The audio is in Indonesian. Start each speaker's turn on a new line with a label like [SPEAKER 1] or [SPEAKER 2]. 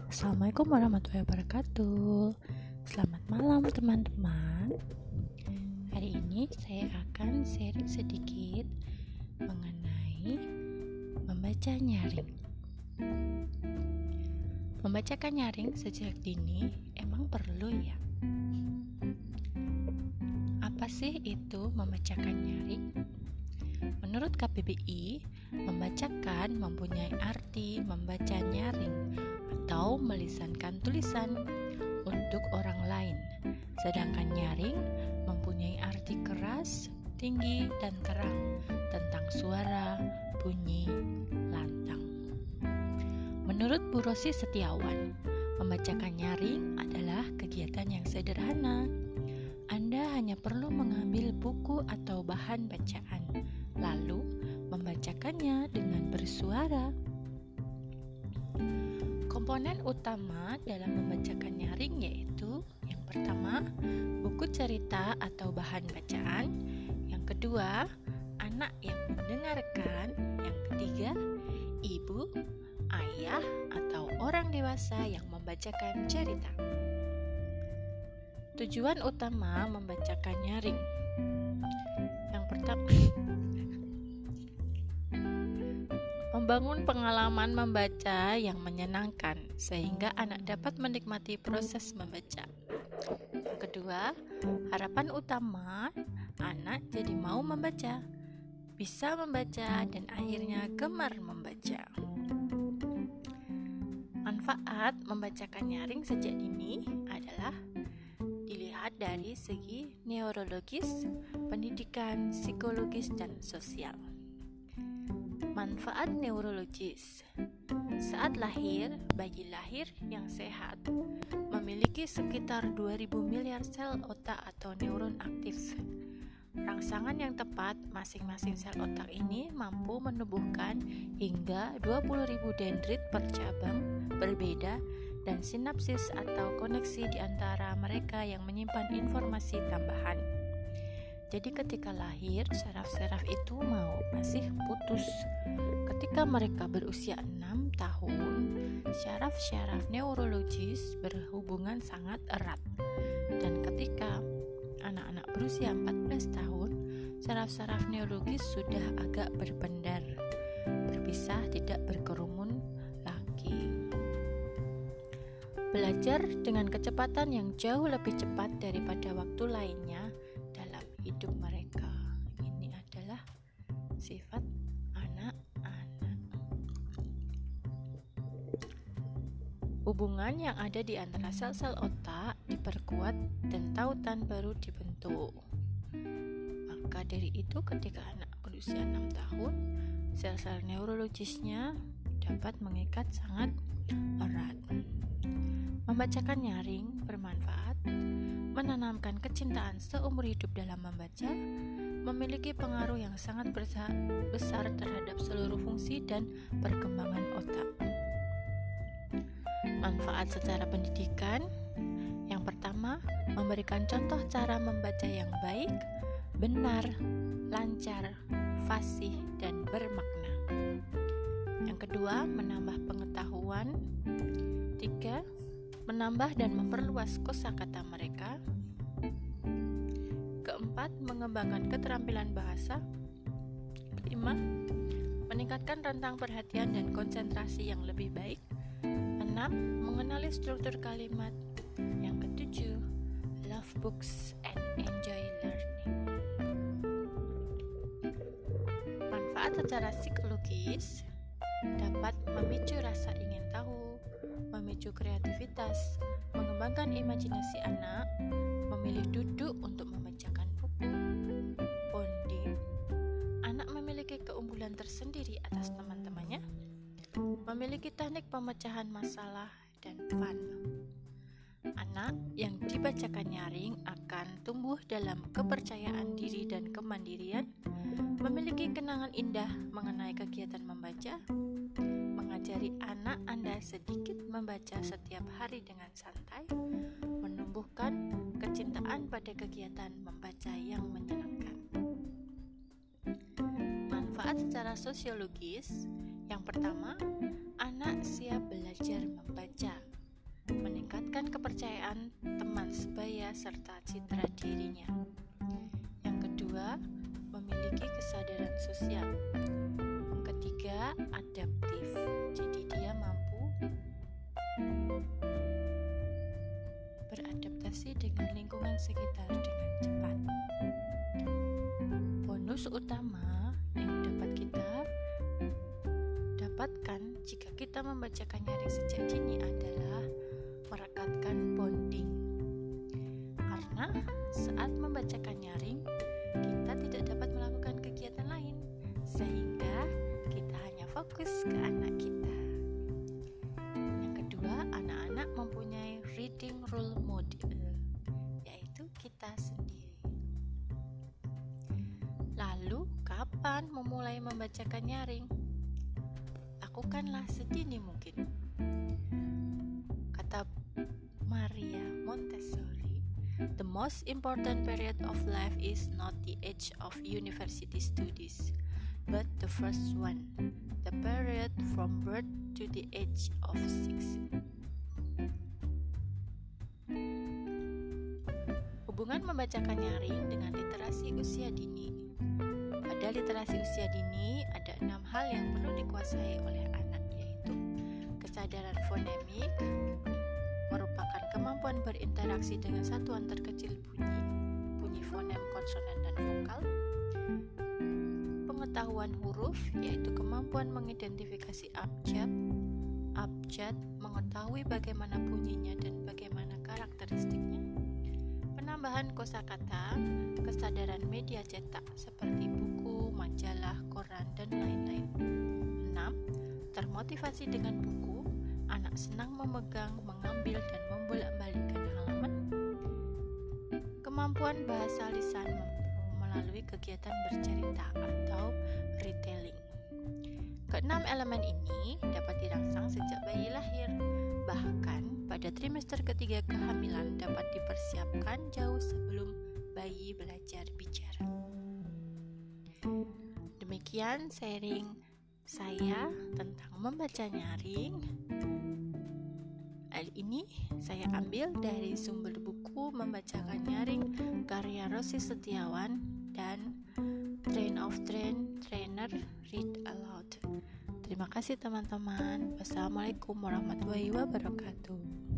[SPEAKER 1] Assalamualaikum warahmatullahi wabarakatuh. Selamat malam teman-teman. Hari ini saya akan sharing sedikit mengenai membaca nyaring. Membacakan nyaring sejak dini emang perlu ya? Apa sih itu membacakan nyaring? Menurut KBBI, membacakan mempunyai arti membaca nyaring atau melisankan tulisan untuk orang lain. Sedangkan nyaring mempunyai arti keras, tinggi, dan terang tentang suara, bunyi, lantang. Menurut Bu Rosi Setiawan, membacakan nyaring adalah kegiatan yang sederhana. Anda hanya perlu mengambil buku atau bahan bacaan, lalu membacakannya dengan bersuara. Komponen utama dalam membacakan nyaring yaitu yang pertama, buku cerita atau bahan bacaan, yang kedua, anak yang mendengarkan, yang ketiga, ibu, ayah, atau orang dewasa yang membacakan cerita. Tujuan utama membacakan nyaring. Yang pertama, membangun pengalaman membaca yang menyenangkan sehingga anak dapat menikmati proses membaca. Yang kedua, harapan utama anak jadi mau membaca, bisa membaca dan akhirnya gemar membaca. Manfaat membacakan nyaring sejak dini adalah dilihat dari segi neurologis, pendidikan, psikologis, dan sosial. Manfaat neurologis. Saat lahir, bayi lahir yang sehat memiliki sekitar 2000 miliar sel otak atau neuron aktif. Rangsangan yang tepat masing-masing sel otak ini mampu menumbuhkan hingga 20.000 dendrit per cabang berbeda dan sinapsis atau koneksi di antara mereka yang menyimpan informasi tambahan. Jadi ketika lahir, saraf-saraf itu masih putus. Ketika mereka berusia 6 tahun, syaraf-syaraf neurologis berhubungan sangat erat. Dan ketika anak-anak berusia 14 tahun, syaraf-syaraf neurologis sudah agak berpendar, berpisah, tidak berkerumun lagi. Belajar dengan kecepatan yang jauh lebih cepat daripada waktu lainnya dalam hidup mereka. Ini adalah sifat anak-anak. Hubungan yang ada di antara sel-sel otak diperkuat dan tautan baru dibentuk. Maka dari itu ketika anak berusia 6 tahun, sel-sel neurologisnya dapat mengikat sangat erat. Membacakan nyaring bermanfaat, menanamkan kecintaan seumur hidup dalam membaca, memiliki pengaruh yang sangat besar terhadap seluruh fungsi dan perkembangan otak. Manfaat secara pendidikan. Yang pertama, memberikan contoh cara membaca yang baik, benar, lancar, fasih, dan bermakna. Yang kedua, menambah pengetahuan. 3. Menambah dan memperluas kosakata mereka. Keempat, mengembangkan keterampilan bahasa. 5. Meningkatkan rentang perhatian dan konsentrasi yang lebih baik. 6. Mengenali struktur kalimat. Yang ketujuh, love books and enjoy learning. Manfaat secara psikologis dapat memicu rasa ingin tahu, memicu kreativitas, mengembangkan imajinasi anak, memilih duduk untuk membacakan buku, bonding, anak memiliki keunggulan tersendiri atas teman-temannya, memiliki teknik pemecahan masalah, dan fun. Anak yang dibacakan nyaring akan tumbuh dalam kepercayaan diri dan kemandirian, memiliki kenangan indah mengenai kegiatan membaca, mengajari anak Anda sedikit membaca setiap hari dengan santai, menumbuhkan kecintaan pada kegiatan membaca yang menyenangkan. Manfaat secara sosiologis. Yang pertama, anak siap belajar membaca. meningkatkan kepercayaan teman sebaya serta citra dirinya. Yang kedua, memiliki kesadaran sosial. Yang ketiga, adaptif. Jadi dia mampu beradaptasi dengan lingkungan sekitar dengan cepat. Bonus utama yang dapat kita dapatkan jika kita membacakan nyaring sejak dini adalah merekatkan bonding. Karena saat membacakan nyaring, kita tidak dapat melakukan kegiatan lain, sehingga kita hanya fokus ke anak kita. Yang kedua, anak-anak mempunyai reading role model, yaitu kita sendiri. Lalu, kapan memulai membacakan nyaring? Lakukanlah sedini mungkin. Kata Maria Montessori, the most important period of life is not the age of university studies, but the first one, the period from birth to the age of 6. Hubungan membacakan nyaring dengan literasi usia dini. Pada literasi usia dini, ada 6 hal yang perlu dikuasai oleh anak, yaitu kesadaran fonemik, merupakan kemampuan berinteraksi dengan satuan terkecil bunyi fonem, konsonan, dan vokal. Pengetahuan huruf, yaitu kemampuan mengidentifikasi abjad, mengetahui bagaimana bunyinya dan bagaimana karakteristiknya. Penambahan kosakata, kesadaran media cetak seperti buku, majalah, koran, dan lain-lain. 6. Termotivasi dengan buku, anak senang memegang, mengambil, dan membolak-balikkan halaman. Kemampuan bahasa lisan melalui kegiatan bercerita atau retelling. Keenam elemen ini dapat dirangsang sejak bayi lahir. Bahkan pada trimester ketiga kehamilan dapat dipersiapkan jauh sebelum bayi belajar bicara. Demikian sharing saya tentang membaca nyaring. Hal ini saya ambil dari sumber buku Membacakan Nyaring karya Rosi Setiawan dan Train of Trainer Read Aloud. Terima kasih teman-teman. Wassalamualaikum warahmatullahi wabarakatuh.